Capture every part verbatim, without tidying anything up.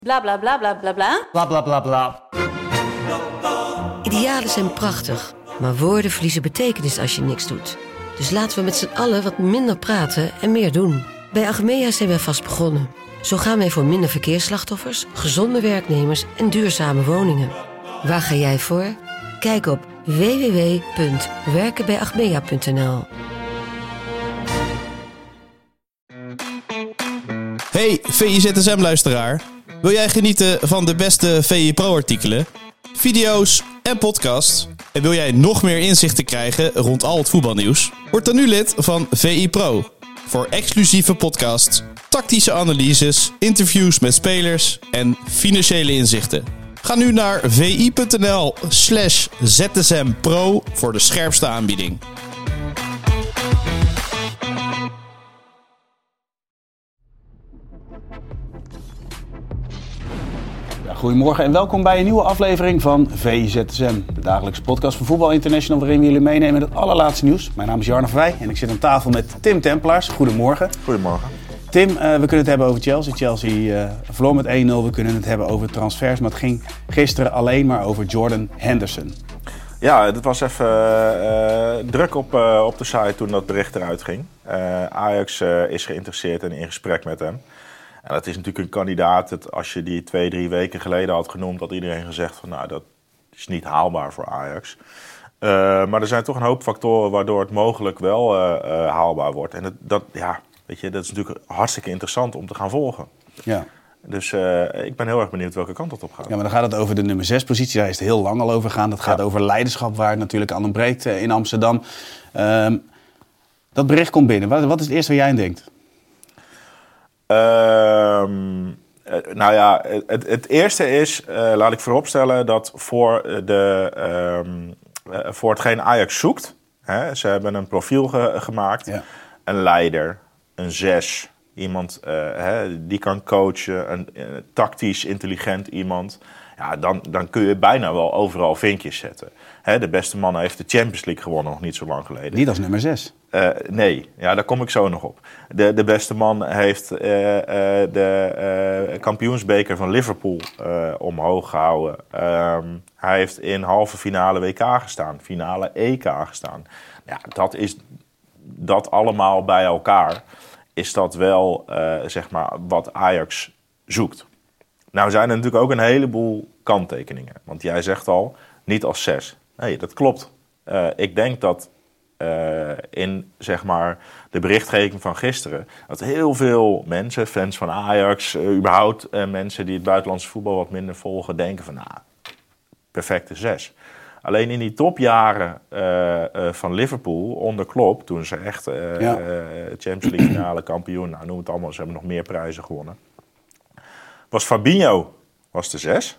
Bla bla bla bla bla bla. Bla bla bla bla. Idealen zijn prachtig, maar woorden verliezen betekenis als je niks doet. Dus laten we met z'n allen wat minder praten en meer doen. Bij Achmea zijn wij vast begonnen. Zo gaan wij voor minder verkeersslachtoffers, gezonde werknemers en duurzame woningen. Waar ga jij voor? Kijk op w w w punt werken bij achmea punt n l. Hey V I Z S M-luisteraar. Wil jij genieten van de beste V I Pro-artikelen, video's en podcasts? En wil jij nog meer inzichten krijgen rond al het voetbalnieuws? Word dan nu lid van V I Pro. Voor exclusieve podcasts, tactische analyses, interviews met spelers en financiële inzichten. Ga nu naar vi.nl slash zsmpro voor de scherpste aanbieding. Goedemorgen en welkom bij een nieuwe aflevering van V I Z S M, de dagelijkse podcast van Voetbal International, waarin we jullie meenemen met het allerlaatste nieuws. Mijn naam is Jarno Verwij en ik zit aan tafel met Tim Templaars. Goedemorgen. Goedemorgen. Tim, uh, we kunnen het hebben over Chelsea. Chelsea uh, verloor met één nul. We kunnen het hebben over transfers, maar het ging gisteren alleen maar over Jordan Henderson. Ja, het was even uh, druk op, uh, op de site toen dat bericht eruit ging. Uh, Ajax uh, is geïnteresseerd en in gesprek met hem. En dat is natuurlijk een kandidaat dat als je die twee, drie weken geleden had genoemd, had iedereen gezegd van nou, dat is niet haalbaar voor Ajax. Uh, maar er zijn toch een hoop factoren waardoor het mogelijk wel uh, uh, haalbaar wordt. En dat, dat, ja, weet je, dat is natuurlijk hartstikke interessant om te gaan volgen. Ja. Dus uh, ik ben heel erg benieuwd welke kant dat op gaat. Ja, maar dan gaat het over de nummer zes positie. Daar is het heel lang al over gaan. Dat gaat ja. over leiderschap, waar het natuurlijk aan ontbreekt uh, in Amsterdam. Um, dat bericht komt binnen. Wat, wat is het eerste waar jij aan denkt? Uh, nou ja, het, het eerste is, uh, laat ik vooropstellen dat voor, de, um, uh, voor hetgeen Ajax zoekt, hè, ze hebben een profiel ge- gemaakt, ja. een leider, een zes, iemand uh, hè, die kan coachen, een uh, tactisch intelligent iemand. Ja, dan, dan kun je bijna wel overal vinkjes zetten. Hè, de beste man heeft de Champions League gewonnen nog niet zo lang geleden. Niet als nummer zes. Uh, nee, ja, daar kom ik zo nog op. De, de beste man heeft uh, uh, de uh, kampioensbeker van Liverpool uh, omhoog gehouden. Um, hij heeft in halve finale W K gestaan, finale E K gestaan. Ja, dat is dat allemaal bij elkaar. Is dat wel uh, zeg maar wat Ajax zoekt. Nou zijn er natuurlijk ook een heleboel kanttekeningen. Want jij zegt al, niet als zes. Nee, dat klopt. Uh, ik denk dat uh, in zeg maar, de berichtgeving van gisteren, dat heel veel mensen, fans van Ajax, uh, überhaupt uh, mensen die het buitenlandse voetbal wat minder volgen, denken van, nou, perfecte zes. Alleen in die topjaren uh, uh, van Liverpool onder Klopp, toen ze echt uh, ja. uh, Champions League finale kampioen, nou noem het allemaal, ze hebben nog meer prijzen gewonnen, was Fabinho was de zes.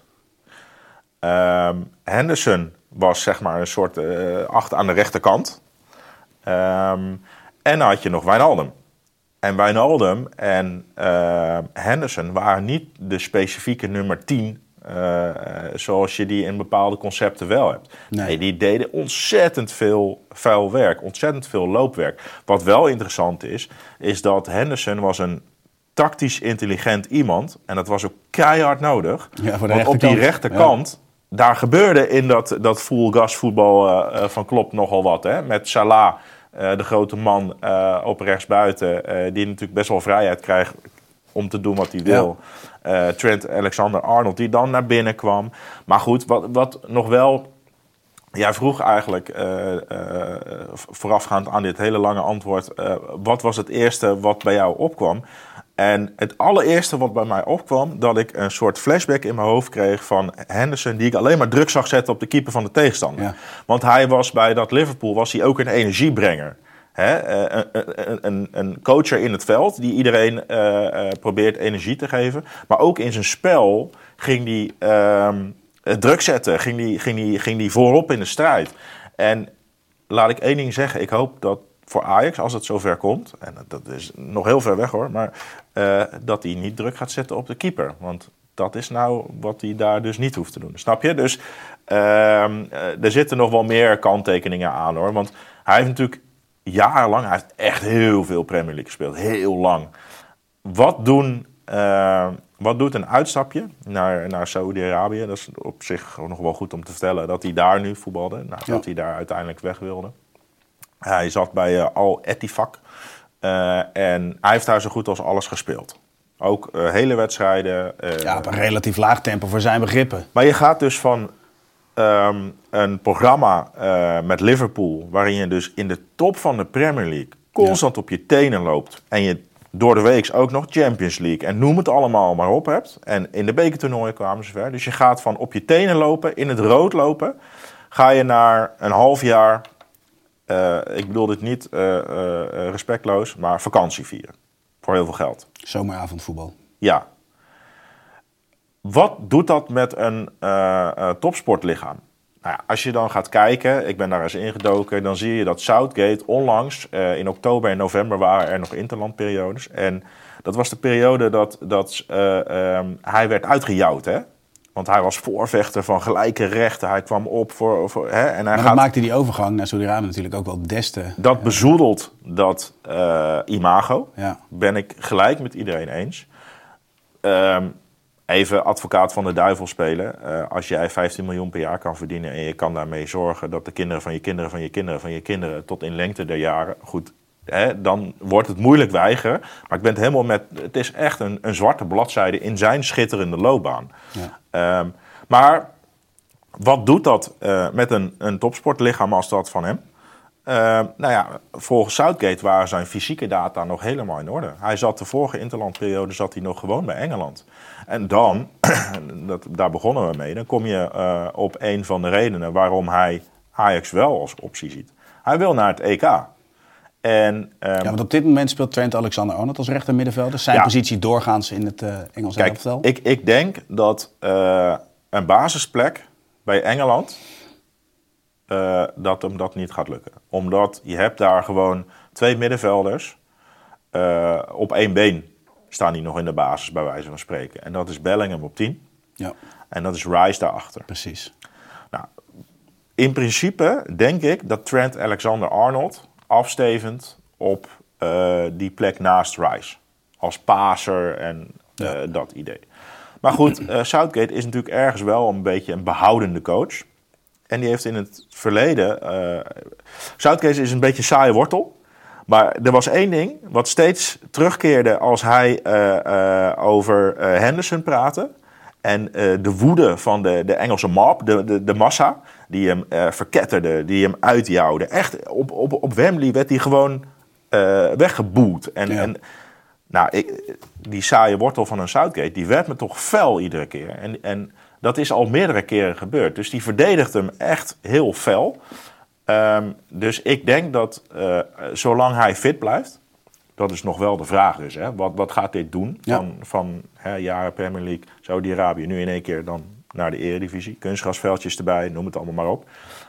Um, Henderson was zeg maar een soort uh, acht aan de rechterkant. Um, en dan had je nog Wijnaldum. En Wijnaldum en uh, Henderson waren niet de specifieke nummer tien... Uh, zoals je die in bepaalde concepten wel hebt. Nee. nee, die deden ontzettend veel vuil werk. Ontzettend veel loopwerk. Wat wel interessant is, is dat Henderson was een tactisch intelligent iemand. En dat was ook keihard nodig. Ja, voor de want op die rechterkant, ja. daar gebeurde in dat, dat full gas voetbal uh, van Klopp nogal wat. Hè? Met Salah, uh, de grote man uh, op rechtsbuiten, uh, die natuurlijk best wel vrijheid krijgt om te doen wat hij wil. Ja. Uh, Trent Alexander-Arnold, die dan naar binnen kwam. Maar goed, wat, wat nog wel... Jij vroeg eigenlijk, uh, uh, voorafgaand aan dit hele lange antwoord, Uh, wat was het eerste wat bij jou opkwam? En het allereerste wat bij mij opkwam, dat ik een soort flashback in mijn hoofd kreeg van Henderson, die ik alleen maar druk zag zetten op de keeper van de tegenstander. Ja. Want hij was bij dat Liverpool was hij ook een energiebrenger. Hè? Een, een, een, een coacher in het veld die iedereen uh, uh, probeert energie te geven. Maar ook in zijn spel ging hij uh, druk zetten, ging hij ging die, ging die voorop in de strijd. En laat ik één ding zeggen, ik hoop dat voor Ajax, als het zover komt, en dat is nog heel ver weg hoor, maar uh, dat hij niet druk gaat zetten op de keeper. Want dat is nou wat hij daar dus niet hoeft te doen. Snap je? Dus uh, uh, er zitten nog wel meer kanttekeningen aan hoor. Want hij heeft natuurlijk jarenlang, hij heeft echt heel veel Premier League gespeeld. Heel lang. Wat doen Uh, wat doet een uitstapje naar, naar Saoedi-Arabië? Dat is op zich nog wel goed om te vertellen dat hij daar nu voetbalde. Nou, ja. Dat hij daar uiteindelijk weg wilde. Hij zat bij uh, Al-Ettifaq. Uh, en hij heeft daar zo goed als alles gespeeld. Ook uh, hele wedstrijden. Uh, ja, op een relatief laag tempo voor zijn begrippen. Maar je gaat dus van um, een programma uh, met Liverpool, waarin je dus in de top van de Premier League constant ja. op je tenen loopt. En je door de week ook nog Champions League en noem het allemaal maar op hebt. En in de bekertoernooien kwamen ze ver. Dus je gaat van op je tenen lopen, in het rood lopen, ga je naar een half jaar, uh, ik bedoel dit niet uh, uh, respectloos, maar vakantie vieren. Voor heel veel geld. Zomeravondvoetbal. Ja. Wat doet dat met een uh, uh, topsportlichaam? Nou ja, als je dan gaat kijken, ik ben daar eens ingedoken, dan zie je dat Southgate onlangs, uh, in oktober en november waren er nog interlandperiodes. En dat was de periode dat, dat uh, um, hij werd uitgejouwd, hè? Want hij was voorvechter van gelijke rechten. Hij kwam op voor... voor hè? En hij maar dat gaat... maakte die overgang naar Saudi-Arabië natuurlijk ook wel des te... Dat uh... bezoedelt dat uh, imago. Ja. Ben ik gelijk met iedereen eens. Um, even advocaat van de duivel spelen. Uh, als jij vijftien miljoen per jaar kan verdienen en je kan daarmee zorgen dat de kinderen van je kinderen van je kinderen van je kinderen tot in lengte der jaren... Goed, hè, dan wordt het moeilijk weigeren. Maar ik ben het helemaal met... Het is echt een, een zwarte bladzijde in zijn schitterende loopbaan. Ja. Um, maar wat doet dat uh, met een, een topsportlichaam als dat van hem? Uh, nou ja, volgens Southgate waren zijn fysieke data nog helemaal in orde. Hij zat de vorige interlandperiode zat hij nog gewoon bij Engeland. En dan, dat, daar begonnen we mee, dan kom je uh, op een van de redenen waarom hij Ajax wel als optie ziet. Hij wil naar het E K. En, um, ja, want op dit moment speelt Trent Alexander-Arnold als rechter middenvelder. Zijn ja. positie doorgaans in het uh, Engelse elftal. Ik, ik denk dat uh, een basisplek bij Engeland, uh, dat hem dat niet gaat lukken. Omdat je hebt daar gewoon twee middenvelders uh, op één been staan die nog in de basis, bij wijze van spreken. En dat is Bellingham op tien. Ja. En dat is Rice daarachter. Precies. Nou, in principe denk ik dat Trent Alexander-Arnold afstevend op uh, die plek naast Rice. Als paser en uh, ja. dat idee. Maar goed, uh, Southgate is natuurlijk ergens wel een beetje een behoudende coach. En die heeft in het verleden... Uh, Southgate is een beetje saaie wortel. Maar er was één ding wat steeds terugkeerde als hij uh, uh, over uh, Henderson praatte. En uh, de woede van de, de Engelse mob, de, de, de massa, die hem uh, verketterde, die hem uitjouwde. Echt, op, op, op Wembley werd hij gewoon uh, weggeboet. En, ja. en nou, ik, die saaie wortel van een Southgate, die werd me toch fel iedere keer. En, en dat is al meerdere keren gebeurd. Dus die verdedigt hem echt heel fel. Um, dus ik denk dat uh, zolang hij fit blijft, dat is nog wel de vraag dus. Hè? Wat, wat gaat dit doen ja. van, van hè, jaren Premier League, Saudi-Arabië, nu in één keer dan naar de Eredivisie. Kunstgrasveldjes erbij, noem het allemaal maar op.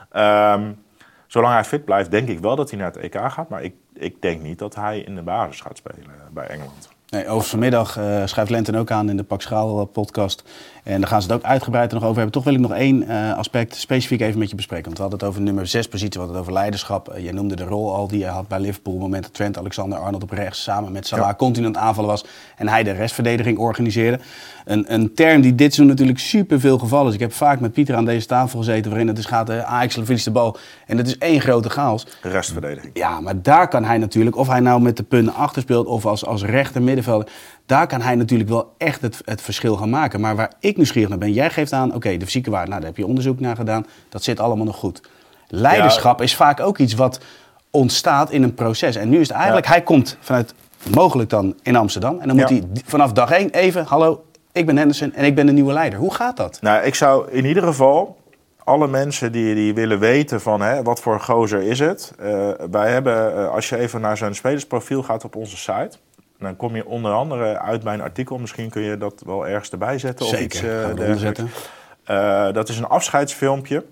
Um, zolang hij fit blijft, denk ik wel dat hij naar het E K gaat. Maar ik, ik denk niet dat hij in de basis gaat spelen bij Engeland. Nee, overigens vanmiddag uh, schrijft Lenten ook aan in de Pak Schaal podcast. En daar gaan ze het ook uitgebreid er nog over hebben. Toch wil ik nog één uh, aspect specifiek even met je bespreken. Want we hadden het over nummer zes positie, we hadden het over leiderschap. Uh, je noemde de rol al die hij had bij Liverpool. Op het moment dat Trent Alexander-Arnold op rechts samen met Salah ja. continu aanvallen was. En hij de restverdediging organiseerde. Een, een term die dit seizoen natuurlijk super veel gevallen is. Ik heb vaak met Pieter aan deze tafel gezeten waarin het dus gaat, uh, Ajax verliest de bal. En dat is één grote chaos. Restverdediging. Ja, maar daar kan hij natuurlijk, of hij nou met de punten achter speelt of als, als rechter middenvelder. Daar kan hij natuurlijk wel echt het, het verschil gaan maken. Maar waar ik nieuwsgierig naar ben, jij geeft aan, oké, okay, de fysieke waarde, nou, daar heb je onderzoek naar gedaan. Dat zit allemaal nog goed. Leiderschap ja. is vaak ook iets wat ontstaat in een proces. En nu is het eigenlijk, ja. hij komt vanuit, mogelijk dan in Amsterdam. En dan moet ja. hij vanaf dag één even, hallo, ik ben Henderson en ik ben de nieuwe leider. Hoe gaat dat? Nou, ik zou in ieder geval alle mensen die, die willen weten van hè, wat voor gozer is het. Uh, wij hebben, uh, als je even naar zijn spelersprofiel gaat op onze site, dan kom je onder andere uit mijn artikel. Misschien kun je dat wel ergens erbij zetten. Zeker, of iets uh, gaan we onderzetten. Uh, dat is een afscheidsfilmpje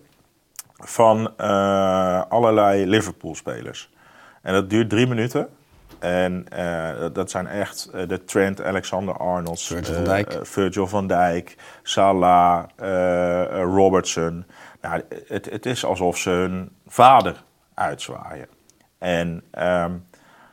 van uh, allerlei Liverpool-spelers. En dat duurt drie minuten. En uh, dat zijn echt uh, de Trent Alexander-Arnolds, Virgil van Dijk, uh, uh, Virgil van Dijk, Salah, uh, uh, Robertson. Nou, het, het is alsof ze hun vader uitzwaaien. En um,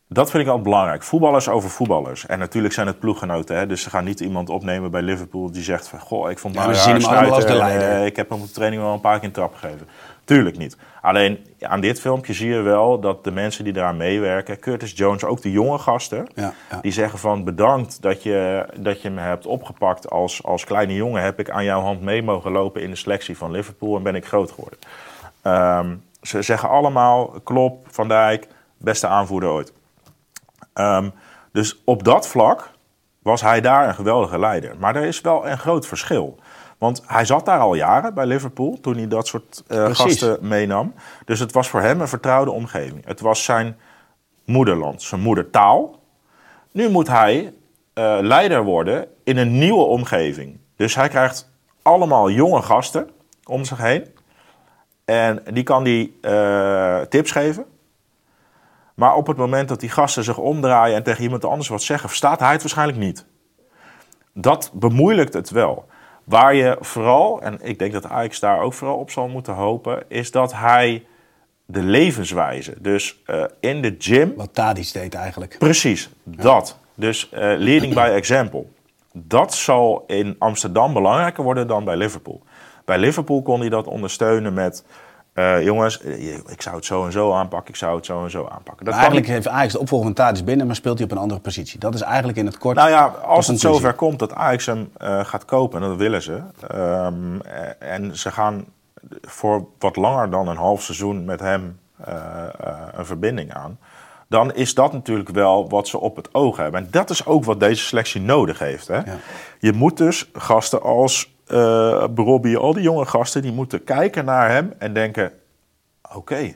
Dat vind ik altijd belangrijk. Voetballers over voetballers. En natuurlijk zijn het ploeggenoten. Hè? Dus ze gaan niet iemand opnemen bij Liverpool die zegt van... Goh, ik vond ja, nou we zien hem allemaal als de uh, leider. Ik heb hem op de training wel een paar keer een trap gegeven. Tuurlijk niet. Alleen aan dit filmpje zie je wel dat de mensen die eraan meewerken... Curtis Jones, ook de jonge gasten... Ja, ja. die zeggen van bedankt dat je, dat je me hebt opgepakt. Als, als kleine jongen heb ik aan jouw hand mee mogen lopen in de selectie van Liverpool... en ben ik groot geworden. Um, ze zeggen allemaal, Klopp, Van Dijk, beste aanvoerder ooit. Um, dus op dat vlak was hij daar een geweldige leider. Maar er is wel een groot verschil. Want hij zat daar al jaren bij Liverpool toen hij dat soort uh, gasten meenam. Dus het was voor hem een vertrouwde omgeving. Het was zijn moederland, zijn moedertaal. Nu moet hij uh, leider worden in een nieuwe omgeving. Dus hij krijgt allemaal jonge gasten om zich heen. En die kan die uh, tips geven. Maar op het moment dat die gasten zich omdraaien en tegen iemand anders wat zeggen, verstaat hij het waarschijnlijk niet. Dat bemoeilijkt het wel. Waar je vooral, en ik denk dat Ajax daar ook vooral op zal moeten hopen, is dat hij de levenswijze, dus uh, in de gym... Wat Tadic deed eigenlijk. Precies, ja. dat. Dus uh, leading by example. Dat zal in Amsterdam belangrijker worden dan bij Liverpool. Bij Liverpool kon hij dat ondersteunen met... Uh, jongens, ik zou het zo en zo aanpakken, ik zou het zo en zo aanpakken. Dat eigenlijk niet... heeft Ajax de opvolger van Tadic binnen, maar speelt hij op een andere positie. Dat is eigenlijk in het kort... Nou ja, als het zover komt dat Ajax hem uh, gaat kopen, en dat willen ze... Um, en ze gaan voor wat langer dan een half seizoen met hem uh, uh, een verbinding aan... dan is dat natuurlijk wel wat ze op het oog hebben. En dat is ook wat deze selectie nodig heeft. Hè? Ja. Je moet dus gasten als... Uh, Robbie, al die jonge gasten, die moeten kijken naar hem en denken... Oké, okay,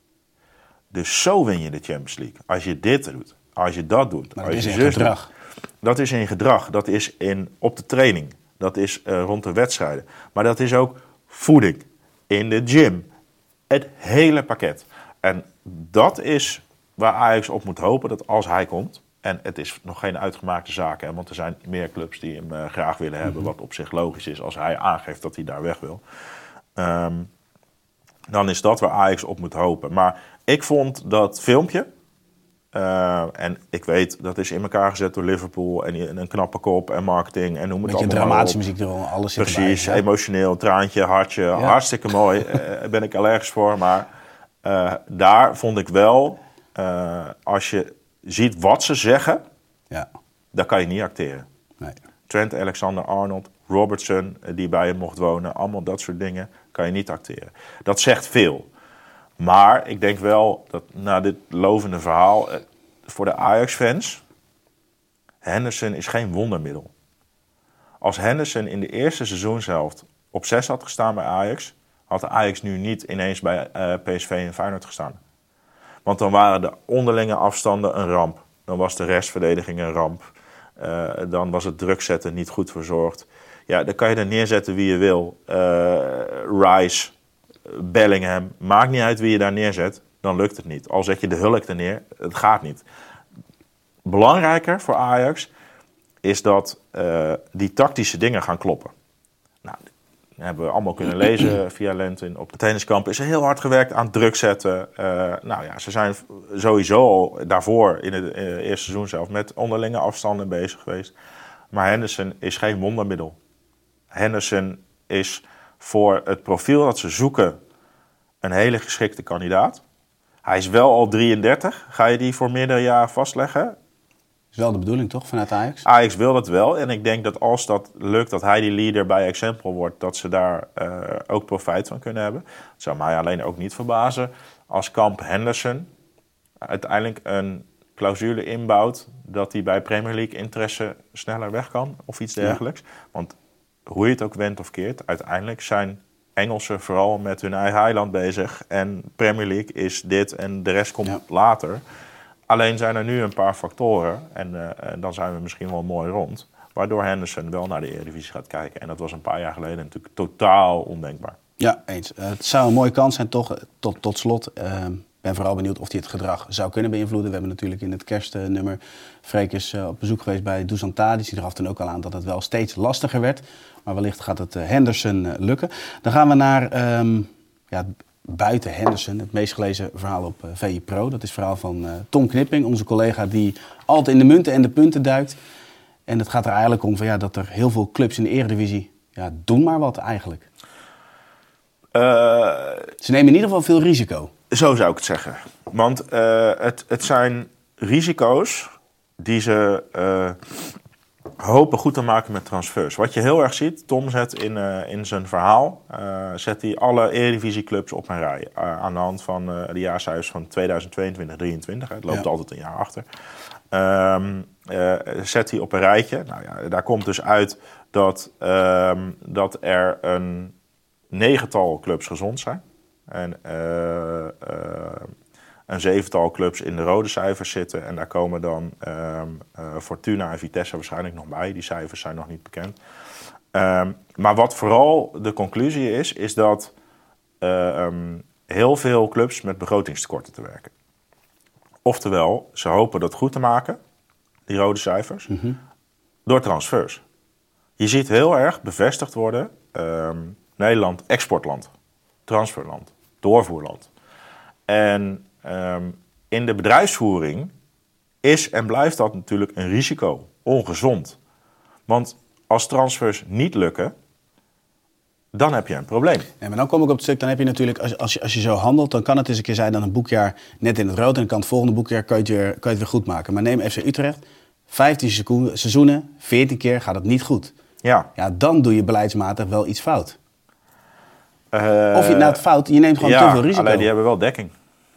dus zo win je de Champions League. Als je dit doet, als je dat doet. Maar dat is je in gedrag. Doet, dat is in gedrag, dat is in, op de training. Dat is uh, rond de wedstrijden. Maar dat is ook voeding, in de gym. Het hele pakket. En dat is waar Ajax op moet hopen, dat als hij komt... En het is nog geen uitgemaakte zaak, hè, want er zijn meer clubs die hem uh, graag willen hebben... wat op zich logisch is als hij aangeeft dat hij daar weg wil. Um, dan is dat waar Ajax op moet hopen. Maar ik vond dat filmpje... Uh, en ik weet, dat is in elkaar gezet door Liverpool... en een knappe kop en marketing en noem het allemaal. Beetje dramatische muziek eronder, alles zit erbij. Precies, ja. Emotioneel, traantje, hartje, ja. Hartstikke mooi. Daar uh, ben ik allergisch voor. Maar uh, daar vond ik wel, uh, als je... ziet wat ze zeggen, ja. dan kan je niet acteren. Nee. Trent Alexander-Arnold, Robertson, die bij hem mocht wonen, allemaal dat soort dingen, kan je niet acteren. Dat zegt veel. Maar ik denk wel dat na dit lovende verhaal, voor de Ajax-fans, Henderson is geen wondermiddel. Als Henderson in de eerste seizoenshelft op zes had gestaan bij Ajax, had Ajax nu niet ineens bij uh, P S V en Feyenoord gestaan. Want dan waren de onderlinge afstanden een ramp. Dan was de restverdediging een ramp. Uh, dan was het druk zetten niet goed verzorgd. Ja, dan kan je er neerzetten wie je wil. Uh, Rice, Bellingham, maakt niet uit wie je daar neerzet. Dan lukt het niet. Al zet je de Hulk er neer, het gaat niet. Belangrijker voor Ajax is dat uh, die tactische dingen gaan kloppen. Nou, dat hebben we allemaal kunnen lezen via Lentin. Op de tenniskamp is er heel hard gewerkt aan druk zetten. Uh, nou ja, ze zijn sowieso al daarvoor in het, in het eerste seizoen zelf met onderlinge afstanden bezig geweest. Maar Henderson is geen wondermiddel. Henderson is voor het profiel dat ze zoeken een hele geschikte kandidaat. Hij is wel al drieëndertig. Ga je die voor meerdere jaren vastleggen? Is wel de bedoeling toch, vanuit Ajax? Ajax wil dat wel. En ik denk dat als dat lukt, dat hij die leader bij Exempel wordt, dat ze daar uh, ook profijt van kunnen hebben. Het zou mij alleen ook niet verbazen als Kamp Henderson uiteindelijk een clausule inbouwt dat hij bij Premier League interesse sneller weg kan of iets dergelijks. Ja. Want hoe je het ook wendt of keert, uiteindelijk zijn Engelsen vooral met hun eigen eiland bezig. En Premier League is dit en de rest komt ja. later. Alleen zijn er nu een paar factoren, en uh, dan zijn we misschien wel mooi rond, waardoor Henderson wel naar de Eredivisie gaat kijken. En dat was een paar jaar geleden natuurlijk totaal ondenkbaar. Ja, eens. Uh, het zou een mooie kans zijn toch, tot, tot slot. Ik uh, ben vooral benieuwd of hij het gedrag zou kunnen beïnvloeden. We hebben natuurlijk in het kerstnummer Freek is uh, op bezoek geweest bij Dusan Tadic. Die gaf toen ook al aan dat het wel steeds lastiger werd. Maar wellicht gaat het uh, Henderson uh, lukken. Dan gaan we naar um, ja, buiten Henderson, het meest gelezen verhaal op uh, V I Pro. Dat is het verhaal van uh, Tom Knipping, onze collega die altijd in de munten en de punten duikt. En het gaat er eigenlijk om van, ja, dat er heel veel clubs in de Eredivisie, ja, doen maar wat eigenlijk. Uh, Ze nemen in ieder geval veel risico. Zo zou ik het zeggen. Want uh, het, het zijn risico's die ze uh, hopen goed te maken met transfers. Wat je heel erg ziet, Tom zet in, uh, in zijn verhaal, uh, zet hij alle Eredivisieclubs op een rij. Uh, aan de hand van uh, de jaarcijfers van tweeduizend tweeëntwintig tweeëntwintig. Het loopt ja. altijd een jaar achter. Um, uh, zet hij op een rijtje. Nou ja, daar komt dus uit dat, um, dat er een negental clubs gezond zijn. En uh, uh, een zevental clubs in de rode cijfers zitten. En daar komen dan um, uh, Fortuna en Vitesse waarschijnlijk nog bij. Die cijfers zijn nog niet bekend. Um, maar wat vooral de conclusie is, is dat uh, um, heel veel clubs met begrotingstekorten te werken. Oftewel, ze hopen dat goed te maken, die rode cijfers, mm-hmm. door transfers. Je ziet heel erg bevestigd worden, um, Nederland exportland, transferland, doorvoerland. En um, in de bedrijfsvoering is en blijft dat natuurlijk een risico, ongezond. Want als transfers niet lukken, dan heb je een probleem. Ja, maar dan kom ik op het stuk, dan heb je natuurlijk, als, als, je, als je zo handelt, dan kan het eens een keer zijn dat een boekjaar net in het rood en dan kan het volgende boekjaar kan je het weer, kan je het weer goed maken. Maar neem F C Utrecht, vijftien seizoenen, veertien keer gaat het niet goed. Ja. Ja, dan doe je beleidsmatig wel iets fout. Uh, of je nou het fout, je neemt gewoon ja, te veel risico. alleen die hebben wel dekking.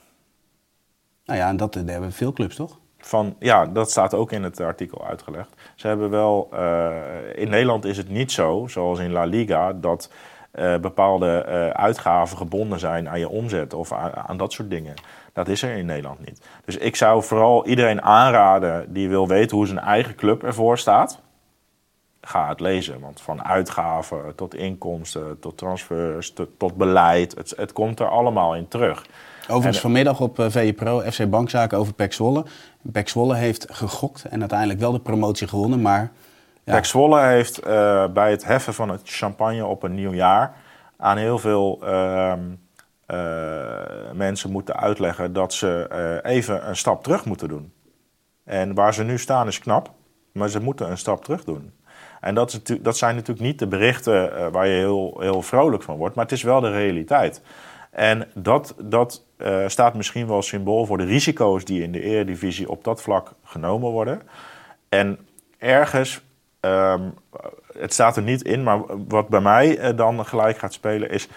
Nou ja, en dat, dat hebben veel clubs, toch? Van, ja, dat staat ook in het artikel uitgelegd. Ze hebben wel, uh, in Nederland is het niet zo, zoals in La Liga, dat uh, bepaalde uh, uitgaven gebonden zijn aan je omzet of aan, aan dat soort dingen. Dat is er in Nederland niet. Dus ik zou vooral iedereen aanraden die wil weten hoe zijn eigen club ervoor staat. Ga het lezen, want van uitgaven tot inkomsten, tot transfers, tot, tot beleid, het, het komt er allemaal in terug. Overigens en, vanmiddag op V I Pro, F C Bankzaken over P E C Zwolle. P E C Zwolle heeft gegokt en uiteindelijk wel de promotie gewonnen, maar... Ja. P E C Zwolle heeft uh, bij het heffen van het champagne op een nieuw jaar aan heel veel uh, uh, mensen moeten uitleggen dat ze uh, even een stap terug moeten doen. En waar ze nu staan is knap, maar ze moeten een stap terug doen. En dat, is, dat zijn natuurlijk niet de berichten uh, waar je heel, heel vrolijk van wordt, maar het is wel de realiteit. En dat, dat uh, staat misschien wel symbool voor de risico's die in de Eredivisie op dat vlak genomen worden. En ergens, um, het staat er niet in, maar wat bij mij uh, dan gelijk gaat spelen is...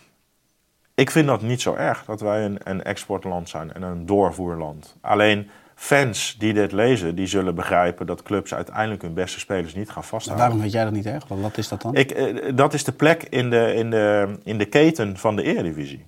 Ik vind dat niet zo erg dat wij een, een exportland zijn en een doorvoerland. Alleen fans die dit lezen, die zullen begrijpen dat clubs uiteindelijk hun beste spelers niet gaan vasthouden. Maar waarom vind jij dat niet erg? Wat is dat dan? Ik, uh, dat is de plek in de, in, de, in de keten van de Eredivisie.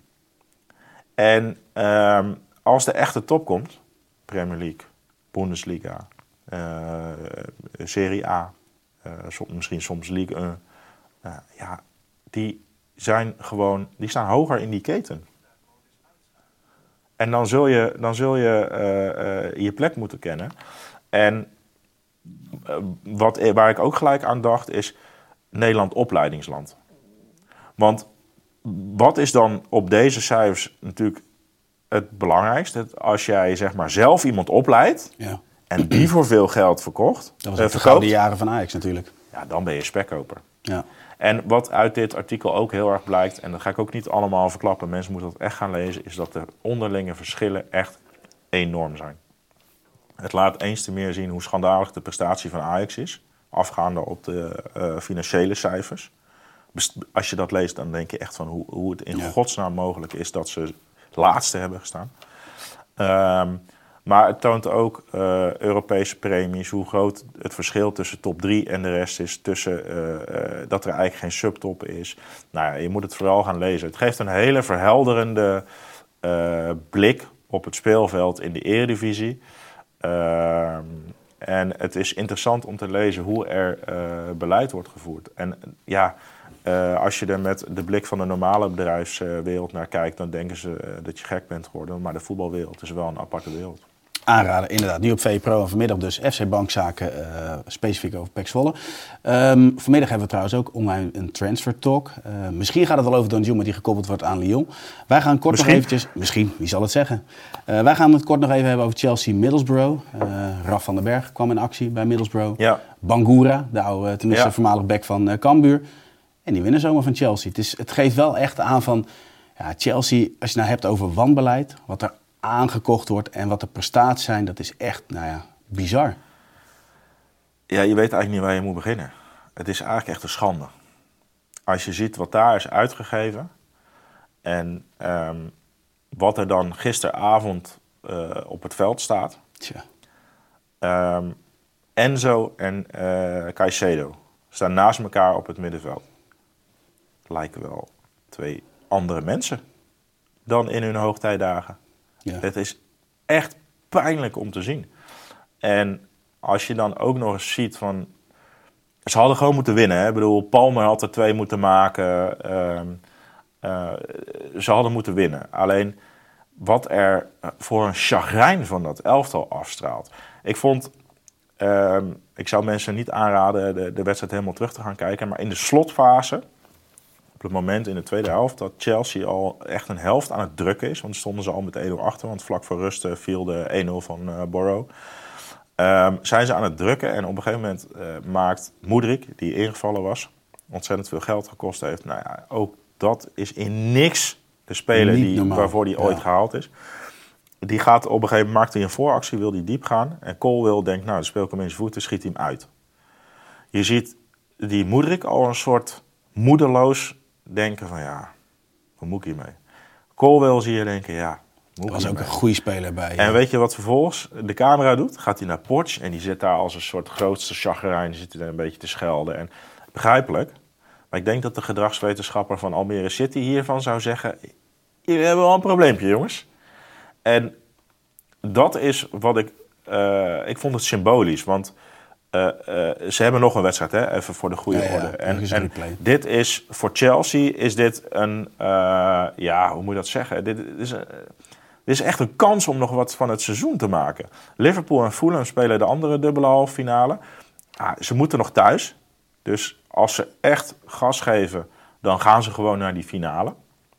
En uh, als de echte top komt, Premier League, Bundesliga, uh, Serie A, uh, som, misschien soms Ligue één, uh, ja, die zijn gewoon, die staan hoger in die keten. En dan zul je, dan zul je uh, uh, je plek moeten kennen. En uh, wat, waar ik ook gelijk aan dacht is Nederland opleidingsland. Want wat is dan op deze cijfers natuurlijk het belangrijkste? Als jij zeg maar zelf iemand opleidt, ja, en die voor veel geld verkocht, dat was ook de gouden jaren van Ajax natuurlijk. Ja, dan ben je spekkoper. Ja. En wat uit dit artikel ook heel erg blijkt, en dat ga ik ook niet allemaal verklappen, mensen moeten dat echt gaan lezen, is dat de onderlinge verschillen echt enorm zijn. Het laat eens te meer zien hoe schandalig de prestatie van Ajax is, afgaande op de uh, financiële cijfers. Als je dat leest, dan denk je echt van hoe, hoe het in ja. godsnaam mogelijk is dat ze laatste hebben gestaan. Um, maar het toont ook uh, Europese premies, hoe groot het verschil tussen top drie en de rest is. Tussen uh, uh, dat er eigenlijk geen subtop is. Nou ja, je moet het vooral gaan lezen. Het geeft een hele verhelderende uh, blik op het speelveld in de Eredivisie. Uh, en het is interessant om te lezen hoe er uh, beleid wordt gevoerd. En ja... Uh, als je er met de blik van de normale bedrijfswereld naar kijkt, dan denken ze uh, dat je gek bent geworden. Maar de voetbalwereld is wel een aparte wereld. Aanraden, inderdaad. Nu op V Pro en vanmiddag dus F C Bankzaken, uh, specifiek over P E C Zwolle. Um, vanmiddag hebben we trouwens ook online een transfer talk. Uh, misschien gaat het wel over Danjuma die gekoppeld wordt aan Lyon. Wij gaan kort misschien. nog eventjes... Misschien, wie zal het zeggen? Uh, wij gaan het kort nog even hebben over Chelsea Middlesbrough. Uh, Raf van den Berg kwam in actie bij Middlesbrough. Ja. Bangura, de oude, tenminste ja. voormalig back van uh, Cambuur. En die winnen zomaar van Chelsea. Het, is, het geeft wel echt aan van... Ja, Chelsea, als je het nou hebt over wanbeleid, wat er aangekocht wordt en wat de prestaties zijn, dat is echt, nou ja, bizar. Ja, je weet eigenlijk niet waar je moet beginnen. Het is eigenlijk echt een schande. Als je ziet wat daar is uitgegeven en um, wat er dan gisteravond uh, op het veld staat. Tja. Um, Enzo en uh, Caicedo staan naast elkaar op het middenveld. Lijken wel twee andere mensen dan in hun hoogtijdagen. Ja. Het is echt pijnlijk om te zien. En als je dan ook nog eens ziet van... Ze hadden gewoon moeten winnen. Hè? Ik bedoel, Palmer had er twee moeten maken. Uh, uh, ze hadden moeten winnen. Alleen wat er voor een chagrijn van dat elftal afstraalt. Ik vond... Uh, ik zou mensen niet aanraden de, de wedstrijd helemaal terug te gaan kijken. Maar in de slotfase... Op het moment in de tweede helft dat Chelsea al echt een helft aan het drukken is. Want stonden ze al met één nul achter. Want vlak voor rust uh, viel de één nul van uh, Borrow. Um, zijn ze aan het drukken. En op een gegeven moment uh, maakt Mudryk, die ingevallen was. Ontzettend veel geld gekost heeft. Nou ja, ook dat is in niks de speler die, waarvoor die ooit ja. gehaald is. Die gaat op een gegeven moment, maakt hij een vooractie, wil die diep gaan. En Colwill denkt, nou dan speel ik hem in zijn voeten, schiet hij hem uit. Je ziet die Mudryk al een soort moedeloos... denken van ja, hoe moet ik hiermee? Colwill zie je denken, ja, moet ik was ook een goede speler bij. En ja. weet je wat vervolgens de camera doet? Gaat hij naar Poch en die zit daar als een soort grootste chagrijn, zit hij daar een beetje te schelden. En begrijpelijk, maar ik denk dat de gedragswetenschapper van Almere City hiervan zou zeggen, jullie hebben wel een probleempje jongens. En dat is wat ik, uh, ik vond het symbolisch, want... Uh, uh, ze hebben nog een wedstrijd, hè? Even voor de goede ja, ja, orde. En, en dit is voor Chelsea is dit een, uh, ja, hoe moet je dat zeggen? Dit is, een, dit is echt een kans om nog wat van het seizoen te maken. Liverpool en Fulham spelen de andere dubbele halve finale. Ah, ze moeten nog thuis. Dus als ze echt gas geven, dan gaan ze gewoon naar die finale.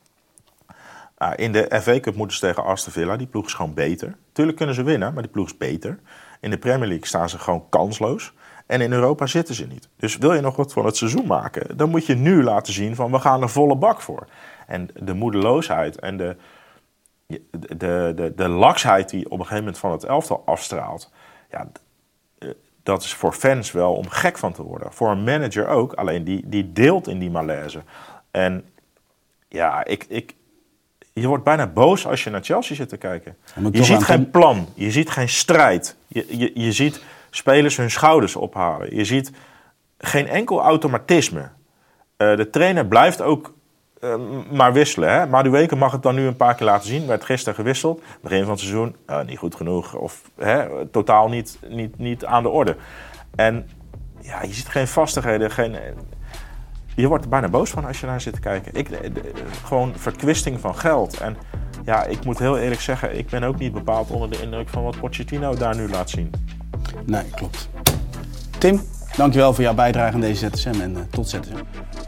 Ah, in de F A Cup moeten ze tegen Aston Villa. Die ploeg is gewoon beter. Tuurlijk kunnen ze winnen, maar die ploeg is beter. In de Premier League staan ze gewoon kansloos. En in Europa zitten ze niet. Dus wil je nog wat van het seizoen maken... dan moet je nu laten zien van we gaan er volle bak voor. En de moedeloosheid en de, de, de, de, de laksheid... die op een gegeven moment van het elftal afstraalt... ja, dat is voor fans wel om gek van te worden. Voor een manager ook, alleen die, die deelt in die malaise. En ja, ik... ik Je wordt bijna boos als je naar Chelsea zit te kijken. Je ziet geen plan, je ziet geen strijd. Je, je, je ziet spelers hun schouders ophalen. Je ziet geen enkel automatisme. Uh, de trainer blijft ook uh, maar wisselen. Hè? Madueke mag het dan nu een paar keer laten zien. Werd gisteren gewisseld. Begin van het seizoen, uh, niet goed genoeg. Of hè, totaal niet, niet, niet aan de orde. En ja, je ziet geen vastigheden, geen... Je wordt er bijna boos van als je naar zit te kijken. Ik, de, de, gewoon verkwisting van geld. En ja, ik moet heel eerlijk zeggen, ik ben ook niet bepaald onder de indruk van wat Pochettino daar nu laat zien. Nee, klopt. Tim, dankjewel voor jouw bijdrage aan deze Z S M en uh, tot Z S M.